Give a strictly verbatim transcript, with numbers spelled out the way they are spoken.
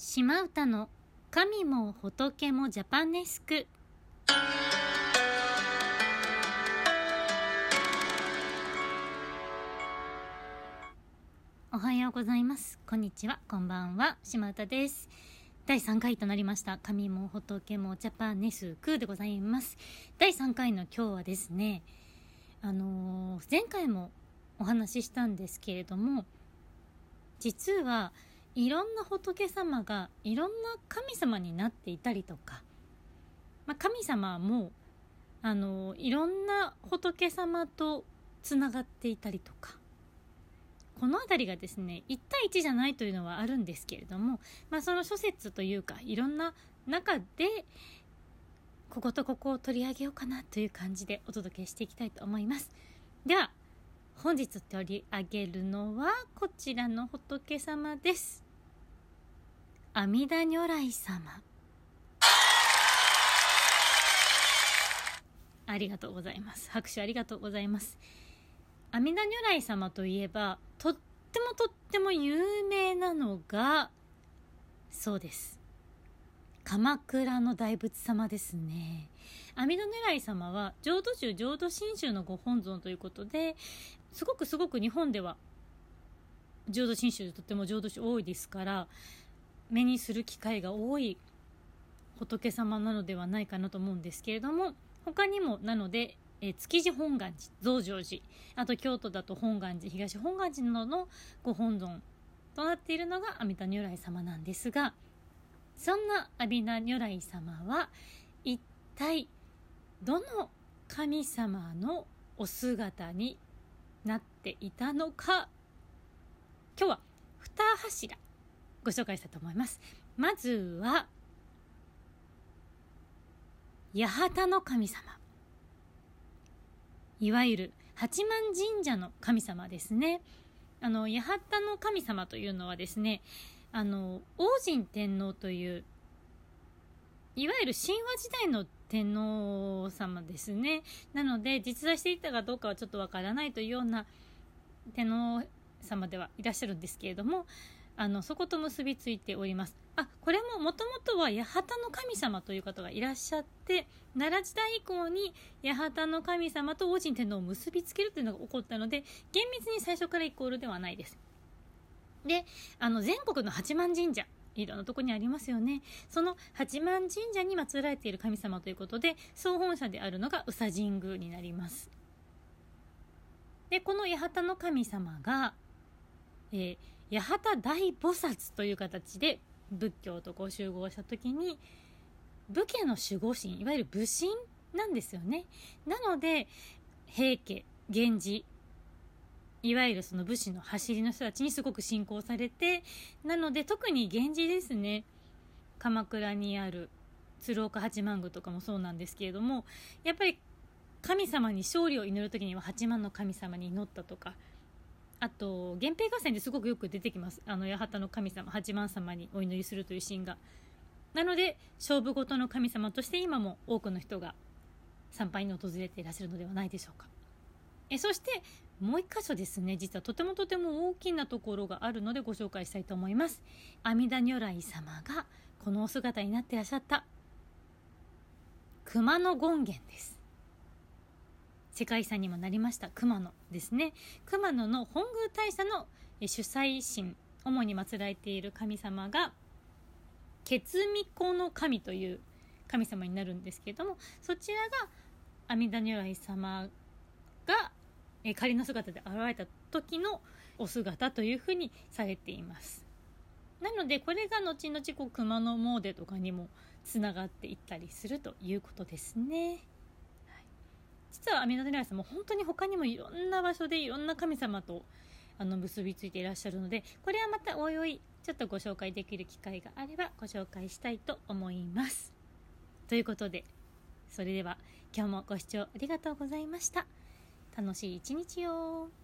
島唄の神も仏もジャパネスク。おはようございます。こんにちは、こんばんは。島唄です。だいさんかいとなりました神も仏もジャパネスクでございます。だいさんかいの今日はですね、あのー、前回もお話ししたんですけれども、実はいろんな仏様がいろんな神様になっていたりとか、まあ、神様もあのいろんな仏様とつながっていたりとか、このあたりがですねいち対いちじゃないというのはあるんですけれども、まあ、その諸説というかいろんな中でこことここを取り上げようかなという感じでお届けしていきたいと思います。では本日取り上げるのはこちらの仏様です。阿弥陀如来様。ありがとうございます。拍手ありがとうございます。阿弥陀如来様といえばとってもとっても有名なのが、そうです、鎌倉の大仏様ですね。阿弥陀如来様は浄土宗浄土真宗のご本尊ということで、すごくすごく日本では浄土真宗とっても浄土宗多いですから目にする機会が多い仏様なのではないかなと思うんですけれども、他にもなので、えー、築地本願寺、増上寺、あと京都だと本願寺、東本願寺などのご本尊となっているのが阿弥陀如来様なんですが、そんな阿弥陀如来様は一体どの神様のお姿になっていたのか、今日はに柱ご紹介したいと思います。まずは八幡の神様、いわゆる八幡神社の神様ですね。あの八幡の神様というのはですね、あの王神天皇といういわゆる神話時代の天皇様ですね。なので実在していたかどうかはちょっとわからないというような天皇様ではいらっしゃるんですけれども、あのそこと結びついております。あ、これももともとは八幡の神様という方がいらっしゃって、奈良時代以降に八幡の神様と王神天皇を結びつけるというのが起こったので、厳密に最初からイコールではないです。で、あの全国の八幡神社、いろんなところにありますよね。その八幡神社に祀られている神様ということで、総本社であるのが宇佐神宮になります。で、この八幡の神様が、えー、八幡大菩薩という形で仏教とこう集合した時に、武家の守護神、いわゆる武神なんですよね。なので平家、源氏、いわゆるその武士の走りの人たちにすごく信仰されて、なので特に源氏ですね、鎌倉にある鶴岡八幡宮とかもそうなんですけれども、やっぱり神様に勝利を祈る時には八幡の神様に祈ったとか、あと源平合戦ですごくよく出てきます。あの八幡の神様、八幡様にお祈りするというシーンが。なので勝負事の神様として今も多くの人が参拝に訪れていらっしゃるのではないでしょうか。えそしてもう一箇所ですね、実はとてもとても大きなところがあるのでご紹介したいと思います。阿弥陀如来様がこのお姿になっていらっしゃった熊野権現です。世界遺産にもなりました熊野ですね。熊野の本宮大社の主催神、主に祀られている神様がケツミコの神という神様になるんですけれども、そちらが阿弥陀如来様が仮の姿で現れた時のお姿というふうにされています。なのでこれが後々こう熊野詣とかにもつながっていったりするということですね。実は阿弥陀如来様本当に他にもいろんな場所でいろんな神様とあの結びついていらっしゃるので、これはまたおいおいちょっとご紹介できる機会があればご紹介したいと思います。ということで、それでは今日もご視聴ありがとうございました。楽しい一日を。